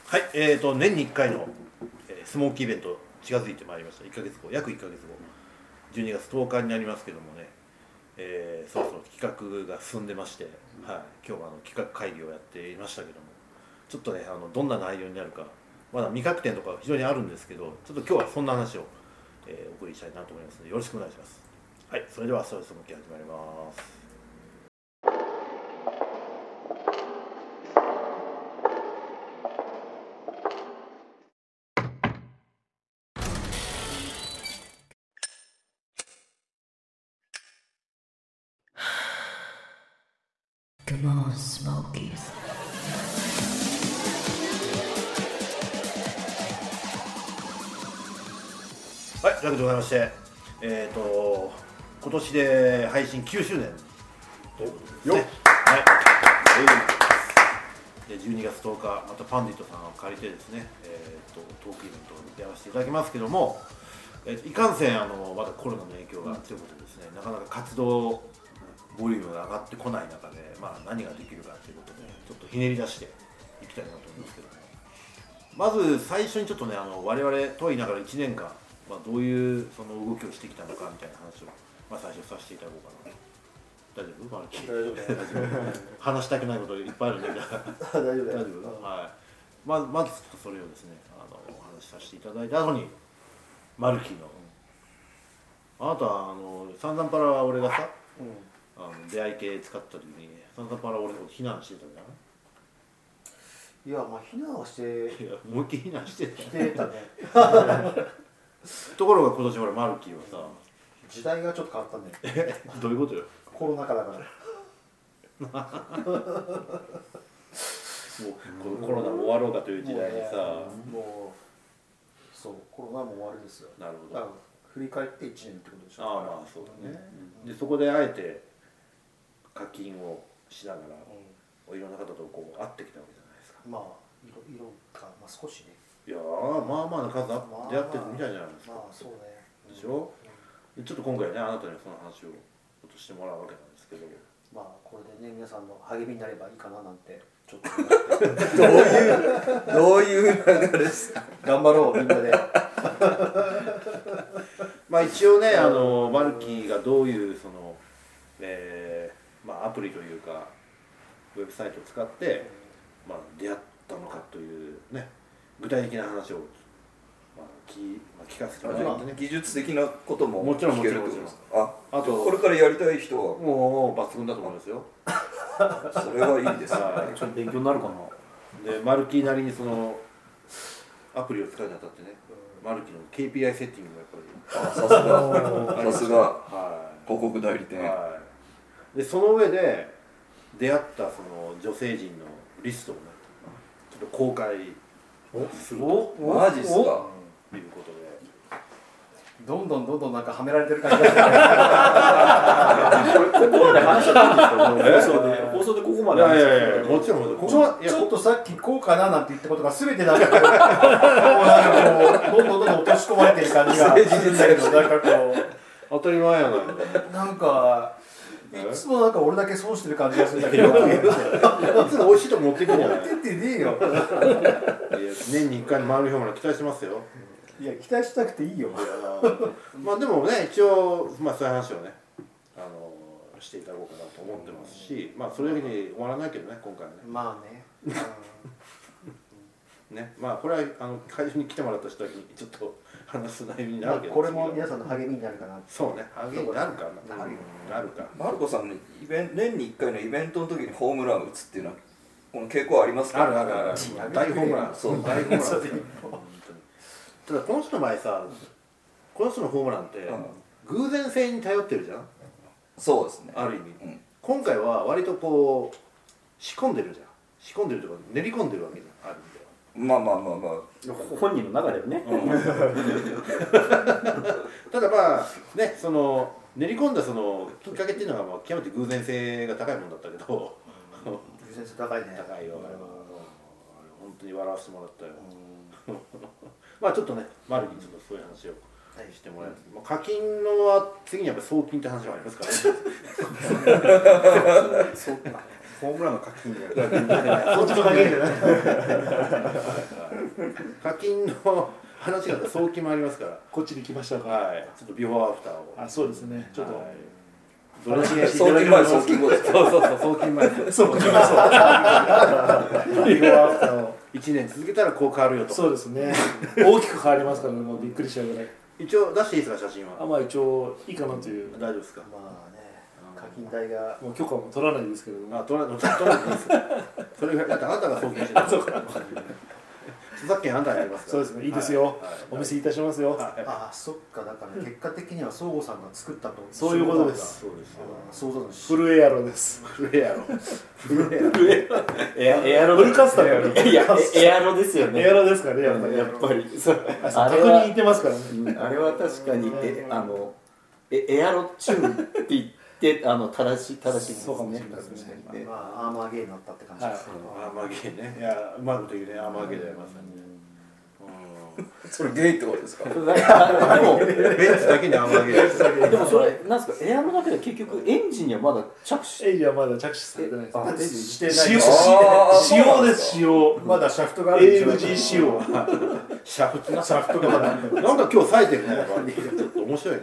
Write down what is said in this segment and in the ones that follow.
はい、年に1回の、スモーキーイベント近づいてまいりました。1ヶ月後、約1ヶ月後、12月10日になりますけどもね、そろそろ企画が進んでまして、はい、今日は企画会議をやっていましたけども、ちょっとね、どんな内容になるか、まだ未確定とか非常にあるんですけど、ちょっと今日はそんな話を、お送りしたいなと思いますので、よろしくお願いします。はい、それでは、そろそろ始まります。 Come on, Smokies. はい、というわけでございまして、今年で配信9周年ということですね。はい。で12月10日、またパンディットさんを借りてですね、トークイベントをやらせていただきますけども、いかんせんまだコロナの影響が強くてですね、なかなか活動ボリュームが上がってこない中で、何ができるかということで、ちょっとひねり出していきたいなと思いますけども、まず最初にちょっとね、我々とは言いながら1年間、どういうその動きをしてきたのかみたいな話を、最初させていただこうかな。大丈夫？大丈夫。話したくないこといっぱいあるんだけど大丈夫？はい。まずちょっとそれをですね、お話しさせていただいた後に、マルキーの、あなたは散々パラは俺がさ、出会い系使った時に散々パラ俺のこと非難してたんだな。 いや、非難はして、 いや、思いっきり非難してたねところが今年俺マルキーはさ、 時代がちょっと変わったんだよどういうことよ。 コロナ禍だからもうこのコロナも終わろうかという時代にさ、 もうそう、コロナも終わりですよ。 なるほど。 振り返って1年ってことでしょ。 ああ、そうだね。でそこであえて課金をしながら、いろんな方とこう会ってきたわけじゃないですか。 色が少しね。 いやー、まあまあな数出会ってるみたいじゃないですか。 そうね。 でしょ。ちょっと今回ね、あなたにその話をしてもらうわけなんですけど、 これでね、皆さんの励みになればいいかななんてちょっとどういう流れですか。 頑張ろうみんなで一応ね、マルキーがどういうその、アプリというかウェブサイトを使って、出会ったのかというね、具体的な話を、聞かせてもらってね。 技術的なことももちろん聞けるってことですか。あとこれからやりたい人はもう抜群だと思いますよ。 それはいいですね。 ちょっと勉強になるかな。 でマルキーなりにそのアプリを使うにあたってね、マルキーの KPI セッティングがやっぱりさすが広告代理店。 でその上で出会ったその女性陣のリストをね、ちょっと公開するとマジっすか。 いうことで、 どんどんなんかはめられてる感じがするここまで話しちゃったんですけど、放送でここまで話しちゃった。 もちろんここはちょっとさっきこうかななんて言ったことが全てなんかこうどんどん落とし込まれてる感じがするんだけど、なんかこう当たり前やない。 なんかいつもなんか俺だけ損してる感じがするんだけど、いつも美味しいとこ持ってくるんじゃない。 持ってってねえよ。 年に1回のマル評まで期待してますよ。 いや、期待したくていいよ。 でもね、一応そういう話をね、していただこうかなと思ってますし、それだけで終わらないけどね、今回はね。ね、これは会場に来てもらった人にちょっと話す内容になるけど、 これも皆さんの励みになるかな。 そうね、励みになるかなるか。 マルコさんの年に1回のイベントの時にホームラン打つっていうのはこの傾向ありますか。 ある。大ホームラン。 そう大ホームラン。ただこの人の場合さ、この人のホームランって偶然性に頼ってるじゃん。 そうですね。 ある意味、今回は割とこう仕込んでるじゃん。仕込んでるとか練り込んでるわけじゃん、あるんだよ。 本人の中ではね。 ただね、その練り込んだそのきっかけっていうのが極めて偶然性が高いものだったけど、 偶然性高いね。 高いよ。本当に笑わせてもらったよ。ちょっとね、マルキにちょっとそういう話をしてもらいます。課金の次にやっぱり送金って話もありますからね。 ホームランの課金で。 そっちのだけじゃない。 課金の話が送金もありますからこっちに来ましたか。 はいちょっとビフォーアフターをあ、そうですね。ちょっと。 はいどれだけ送金前送金後ですか。 そう送金前そう来ました。 ビフォーアフターを 1年続けたらこう変わるよとそうですね。大きく変わりますからね。もうびっくりしちゃうぐらい。 一応出していいですか写真はまあ一応いいかなという。 大丈夫ですかまあね課金代がもう許可も取らないですけれども。 取らなくていいですよそれがだってあなたが送金してる著作権あなたにありますからそうですね。いいですよ。 はいお見せいたしますよ。 はいああそっかだから結果的には相互さんが作ったとそういうことですそうですよ想像のフルエアロです。 フルエアロフルエアロエアロフルカスタムやる。 いやエアロですよね。 エアロですかね。やっぱり。 やっぱりそうあれは似てますからね。 あれは確かにエアロチューンって言って正しいですね。 そうかもしれないですね。 確かにねまあアーマーゲーになったって感じですねアーマーゲーねいやうまいこと言うねアーマーゲーだよまさにそれゲイってことですか。 でもベンツだけにアーマーゲーでもそれなんですかエアロだけで結局エンジンにはまだ着手エイリはまだ着手されてないです。 あしてない使用あー使用です使用。 まだシャフトがあるんでしょ AMG 仕様。 シャフトなシャフトがまだあるなんか今日冴えてるねちょっと面白いね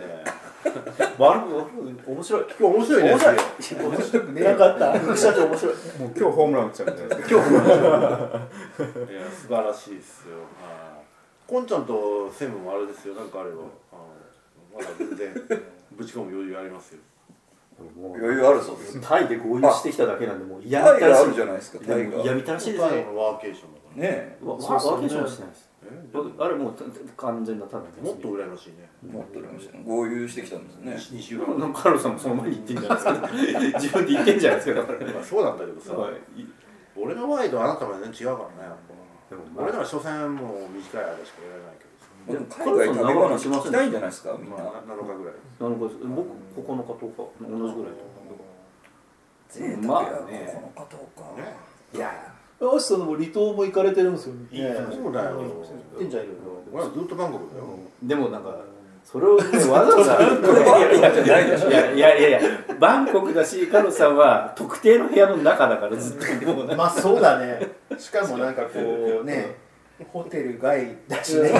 面白い。 今日面白いね面白い。 面白くねなかった。 副社長面白い。 もう今日ホームラン打っちゃうんじゃないですか。 今日もいや素晴らしいですよはいこんちゃんと専務もあれですよなんかあればまだ全然ぶち込む余裕ありますよ余裕あるそうです。 タイで合流してきただけなんでもう嫌みタイがあたらしい。 るじゃないですか。タイが。 嫌みたらしいですよ。 タイのワーケーションだからねワーケーションはしてないです。 えあれもう完全なただもっと羨ましいねえ。持っておりましたね。合流してきたんですね。 2週間なんかカルロさんもその前に言ってんじゃないですか。自分で言ってんじゃないですか。だから。 まあそうなんだけどさはい俺の場合とあなたは全然違うからねでも俺なら所詮もう短い間しかやらないけどさでも海外旅話聞きたいんじゃないですか。みんな。 7日ぐらいなんか僕9日10日同じぐらい贅ま沢やあねこの方か。 ねいやアシさんも離島も行かれてるんですよね。 いやそうだよいいんじゃないよ俺はずっと韓国だよでもなんかそれをねわざわざこれバンコクじゃないでしょ。 いやバンコクだしカルロさんは特定の部屋の中だからずっともうなんかまあそうだねしかもなんかこうねホテル街だしねね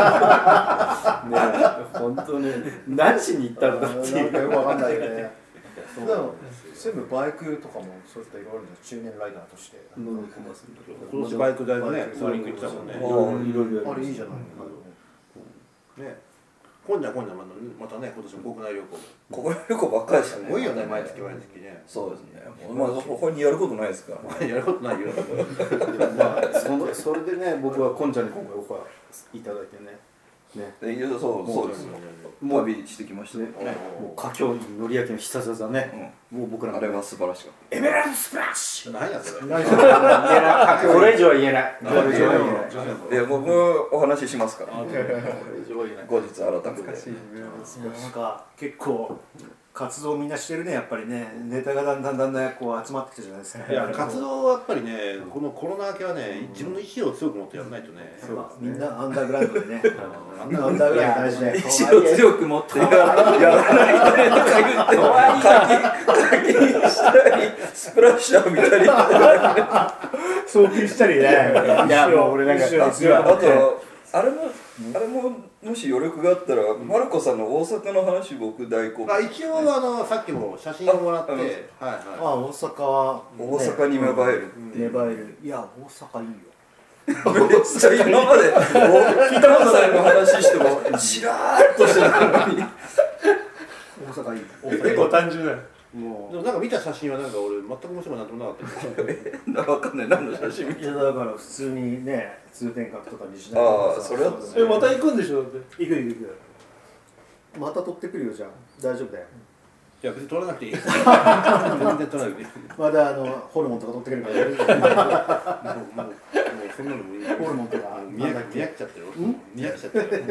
本当ね何しに行ったんだっていうなんかよくわかんないよねそうでも全部バイクとかもそういったいろいろな中年ライダーとして乗り込ますけど今年バイク代もねツーリング行ってたもんねいろいろあれいいじゃないね今度はまたね今年も国内旅行国内旅行ばっかりでしたね。 すごいよね毎月毎月ねそうですね。まあ他にやることないですから。 やることないよまあそれでね僕はこんちゃんに今回オファーいただいてねそうですよ。もう旅してきましたね。 もう佳境に乗り上げの必殺技ね、もう僕らあれは素晴らしかっエメラルドスプラッシュ何やそれこれ以上は言えないこれ以上は言えないた。いや僕もお話ししますから。 これ以上は言えない後日改めて。 なんか結構活動みんなしてるねやっぱりねネタがだんだんこう集まってきたじゃないですかいや活動はやっぱりねこのコロナ明けはね自分の意思を強く持ってやらないとねまあみんなアンダーグラウンドでねアンダーグラウンド大事で意志を強く持ってやらないとね課金したりスプラッシャーみたいに。 送金したりねいやもう俺なんかあとあれももし余力があったらマルコさんの大阪の話僕大好物。 一応さっきも写真をもらってはいはいまあ大阪は大阪に芽生える。 芽生えるいや大阪いいよめっちゃ今まで北野さんの話してもしらーっとしてたのに。 大阪いい結構単純だよ。 もでもなんか見た写真はなんか俺全く面白くなんともなかったけど分かんない何の写真見て。 いやだから普通にね通天閣とかにしないああそれはまた行くんでしょだって。 行くまた取ってくるよじゃあ大丈夫だよいや別に取らなくていい全然取らなくていいまだホルモンとか取ってくるからもうそんなのもいいホルモンとか見飽きちゃってる見飽きちゃってる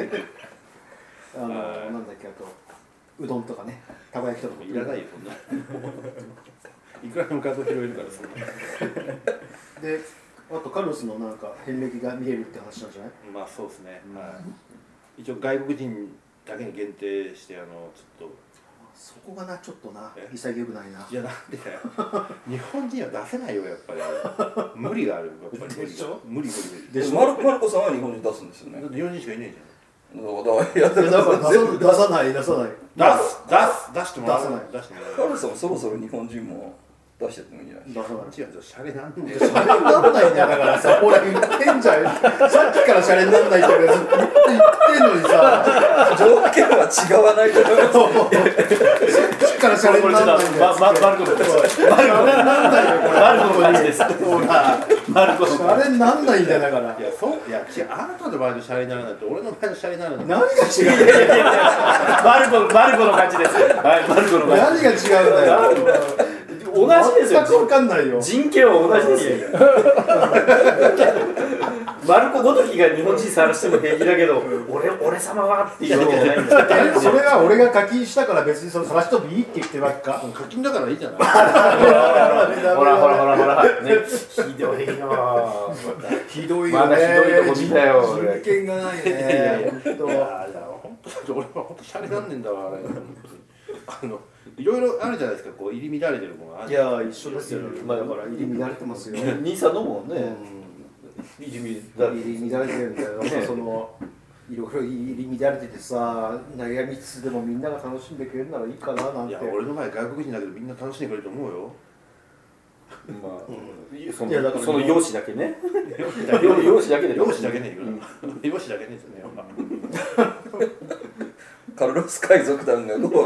なんだっけあとうどんとかねたこ焼きとかもいらないよそんないくらでも画像拾えるからそんなであとカルロスのなんか遍歴が見れるって話なんじゃないまあそうですね、はい、一応外国人だけに限定してちょっとそこがなちょっとな潔くないな。 いやなんでだよ日本人は出せないよやっぱり無理があるやっぱりでしょ無理でしょ。 マルコさんは日本人出すんですよね。 だって日本人しかいないじだからだから出さない出さない。 ゃん出してもらう出さない出してもらうカルロスさんもそろそろ日本人も出してってもいいんじゃない？ 出さない。 違うシャレなんでシャレになんないんだよだからさ、ほら言ってんじゃん。さっきからシャレになんないって言ってんのにさ、 条件は違わないと思います。 さっきからシャレになんないんだよ。 マルコの勝ちですほら、 マルコのシャレになんないんだよだから。 いやそういや違うあなたの場合のシャレにならないと俺の場合のシャレにならない何が違うんだよ。 マルコの勝ちですはいマルコの勝何が違うんだよ。 ち同じですよ全く分かんないよ。 人権は同じですよマルコごときが日本人晒しても平気だけど俺様はっていうわけじゃないんだよそれは俺が課金したから別にその晒してもいいって言ってるわけか。 課金だからいいじゃないほらねひどいよひどいよね。 まだひどいとこ見たよ人権がないね。本当。 いや本当俺は本当シャレなんねんだわあれいろいろあるじゃないですかこう入り乱れてるものがあるいや一緒ですよ。まあだから入り乱れてますよ。 兄さんのもね、 入り乱れてるんだよ。なんかそのいろいろ入り乱れててさ、悩みつつでもみんなが楽しんでくれるならいいかななんて。 いや俺の前外国人だけどみんな楽しんでくれると思うよいやだからその容姿だけね容姿だけね容姿だけね容姿だけねですよねカルロス海賊団がどう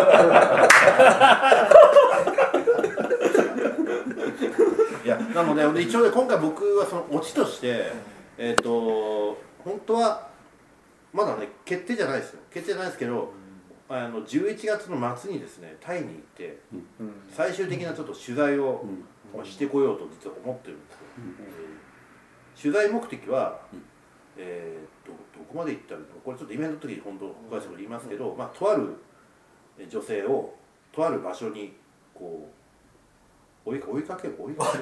いやなので一応ね今回僕はそのオチとして本当はまだね決定じゃないですよ決定じゃないですけど11月の末にですねタイに行って最終的なちょっと取材をしてこようと実は思ってるんですよ取材目的はどこまで行ったらいいのこれちょっとイベントの時に本当詳しく言いますけどとある女性をとある場所にこう追いかけるとあ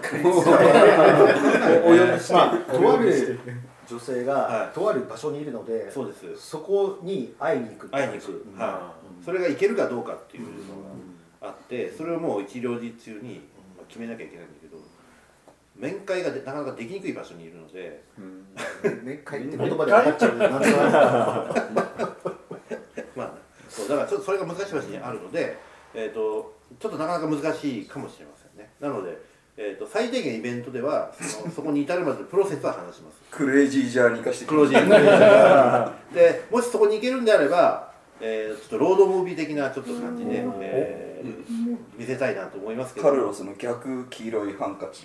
る女性がとある場所にいるので、 そうですそこに会いに行く。 会いに行くそれが行けるかどうかっていうのがあってそれをもう一両日中に決めなきゃいけないんだけど面会がなかなかできにくい場所にいるので面会って言葉で分かっちゃうなんとなくまあそうだからちょっとそれが難しい場所にあるのでちょっとなかなか難しいかもしれませんねなので最低限イベントではそこに至るまでのプロセスは話しますクレイジージャーに行かしてクロージングでもしそこに行けるんであればちょっとロードムービー的なちょっと感じで見せたいなと思いますけどカルロスの逆黄色いハンカチ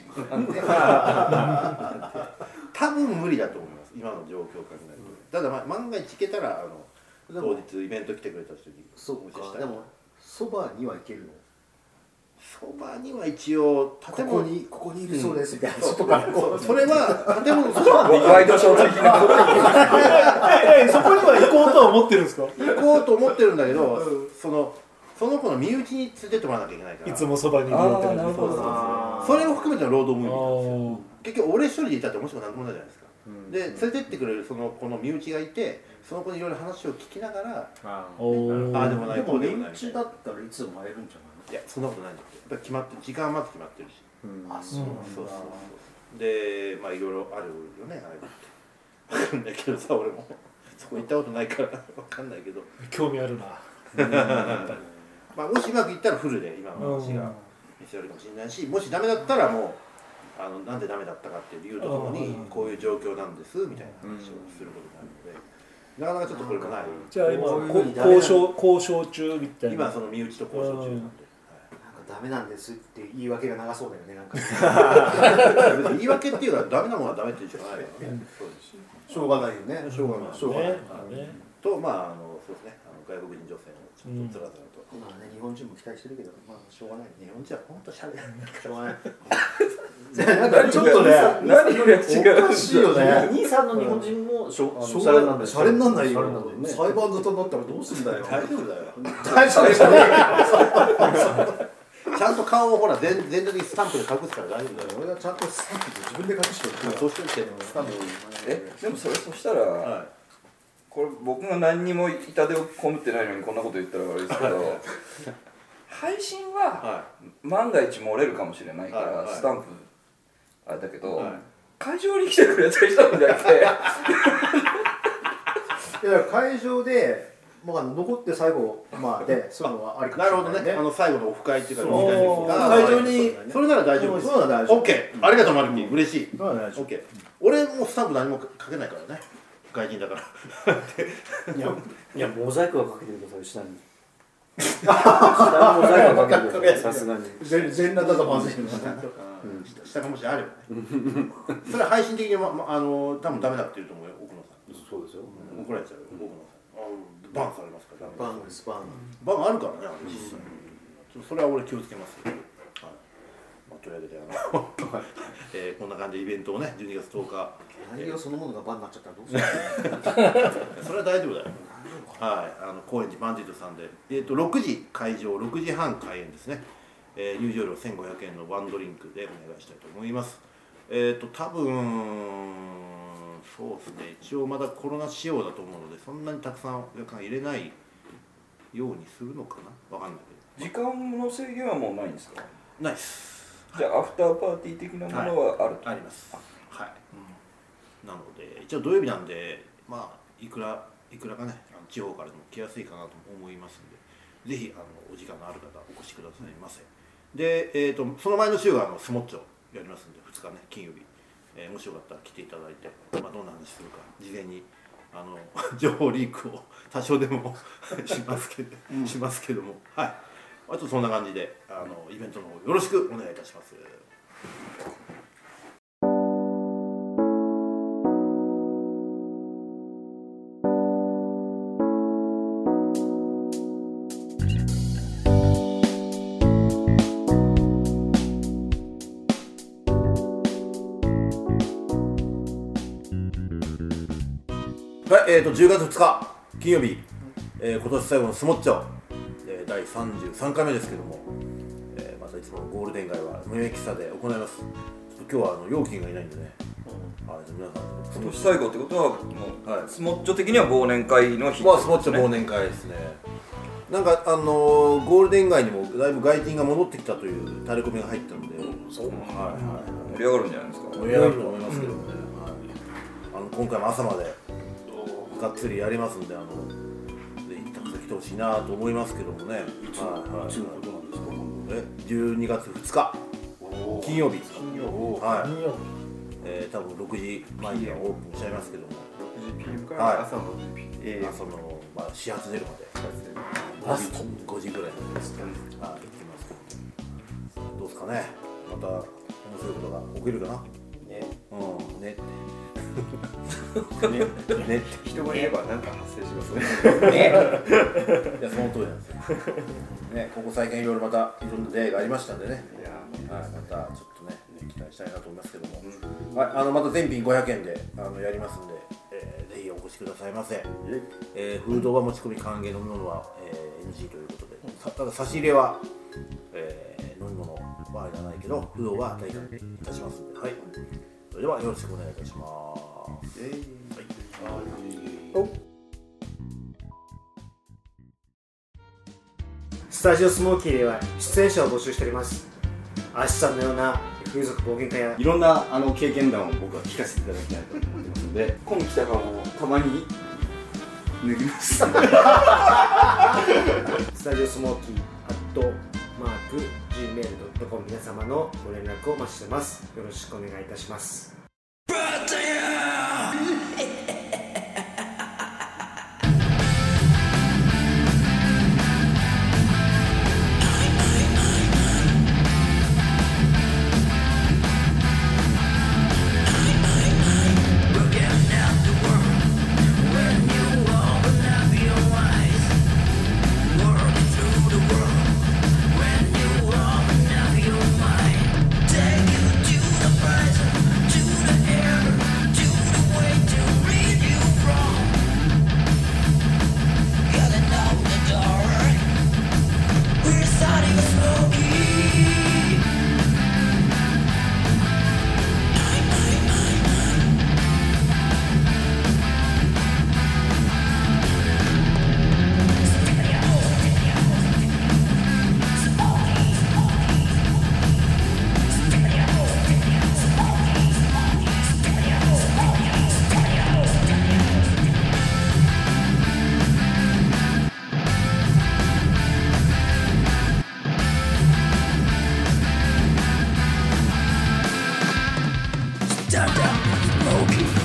多分無理だと思います今の状況を考えるとただ万が一行けたら当日イベント来てくれた人にそうかでもそばには行けるのそばには一応建物ここにいるそうですみたいな外からそれは建物のそばワイドショー的なそこには行こうとは思ってるんですか行こうと思ってるんだけどその子の身内に連れてってもらわなきゃいけないからいつもそばにいるよってなるほどそれを含めてのロードムービーなんですよ結あ局俺一人でいたって面白くなんともないじゃないですかで連れてってくれるその子の身内がいてその子にいろいろ話を聞きながらああでもないでもこうでもない身内だったらいつでも会えるんじゃないのいやそんなことないんだってやっぱり決まって時間はまず決まってるしあそうそうでまあいろいろあるよねあれって分かんないけどさ俺もそこ行ったことないから分かんないけど興味あるなまあもしうまくいったらフルで今の話が見せられるかもしれないしもしダメだったらもうなんでダメだったかっていう理由とともにこういう状況なんですみたいな話をすることになるのでなかなかちょっとこれもないじゃあ今こういうふうに交渉中みたいな今その身内と交渉中なんでなんかダメなんですって言い訳が長そうだよねなんか別に言い訳っていうのはダメなものはダメっていうしかないからねそうですしょうがないよねしょうがないしょうがないねとまあそうですね外国人女性のちょっとつらつらとまあね日本人も期待してるけどまあしょうがない日本人は本当しゃべらないしょうがないなんかちょっとね何が違うおかしいよね兄さんの日本人もシャシャレなんだよシャレになんないよ裁判沙汰になったらどうすんだよ大丈夫だよ大丈夫じゃねちゃんと顔をほら全体的にスタンプで隠すから大丈夫だよ俺がちゃんとスタンプで自分で隠してるそうしといてスタンプでもそしたら、 はこれ僕が何にも痛手を被ってないのにこんなこと言ったら悪いですけど配信は万が一漏れるかもしれないからスタンプあれだけど、会場に来てくれた人にだけいや会場で、まあ、残って最後までそういうのはありかもしれないね。 なるほどね。最後のオフ会っていうか会場にそれなら大丈夫です。 そうなら大丈夫。 オッケー。ありがとうマルキー。嬉しい。 そうなら大丈オッケー。俺もうスタンプ何もかけないからね。外人だから。 いやモザイクはかけてください下に。下にモザイクはかけてくださいさすがに。 全裸だとまずいのかな。 下がもしあればね。それは配信的に多分ダメだって言うと思うよ奥野さん。 そうですよ。 怒られちゃうよ奥野さん。バンされますから。 バンですバン。 バンあるからね実際。それは俺気をつけますよ。というわけでこんな感じでイベントをね12月10日内容そのものがバンになっちゃったらどうするそれは大丈夫だよ。はい高円寺バンディットさんで6時会場6時半開演ですね。入場料1500円のワンドリンクでお願いしたいと思います。多分そうですね一応まだコロナ仕様だと思うのでそんなにたくさんお客さん入れないようにするのかなわかんないけど。 時間の制限はもうないんですか？ ないです。 じゃあアフターパーティー的なものはあると、 あります。はい。なので一応土曜日なんでまあいくらかね地方からでも来やすいかなと思いますのでぜひお時間のある方お越しくださいませ。でその前の週はスモッチョやりますんで2日ね金曜日、もしよかったら来ていただいて、まあ、どんな話するか事前に情報リークを多少でもしますけどもはい。あとそんな感じでイベントの方よろしくお願いいたします。はい、10月2日金曜日、今年最後のスモッチョ第33回目ですけども、またいつものゴールデン街は無益さで行います。ちょっと今日は陽気がいないんでね、皆さん今年最後ってことはもう、スモッチョ的には忘年会の日、 まあスモッチョ忘年会ですね。なんかゴールデン街にもだいぶ外人が戻ってきたというタレコミが入ったので、 そう盛り上がるんじゃないですか。 盛り上がると思いますけどもね、今回も朝までがっつりやりますんで来てほしいなと思いますけどもね。いつのことなんですか？12月2日金曜日。はい。多分6時前にはオープンしちゃいますけども。 6時 PM から朝の 6時 PM。朝の始発出るまで。ラスト5時ぐらいまでですね。行きますけど。どうですかね。また面白いことが起きるかな。ね。ねって。ね人がいれば何か発生しますね。 いやその通りなんですよ。ねここ最近いろいろまたいろんな出会いがありましたんでね。はいまたちょっとね期待したいなと思いますけども。はいまた全品500円でやりますんで、ぜひお越しくださいませ。フードは持ち込み歓迎飲み物は、NG ということで、ただ差し入れは、飲み物はいらないけどフードは大歓迎いたしますんで、はい。それではよろしくお願いいたします。 スタジオスモーキーでは出演者を募集しております。アシさんのような風俗冒険家やいろんな経験談を僕は聞かせていただきたいと思ってますので今期たかもたまに脱ぎますスタジオスモーキー@gmail.com 皆様のご連絡をお待ちしています。よろしくお願いいたします。 Take you to the present, to Dada Smoky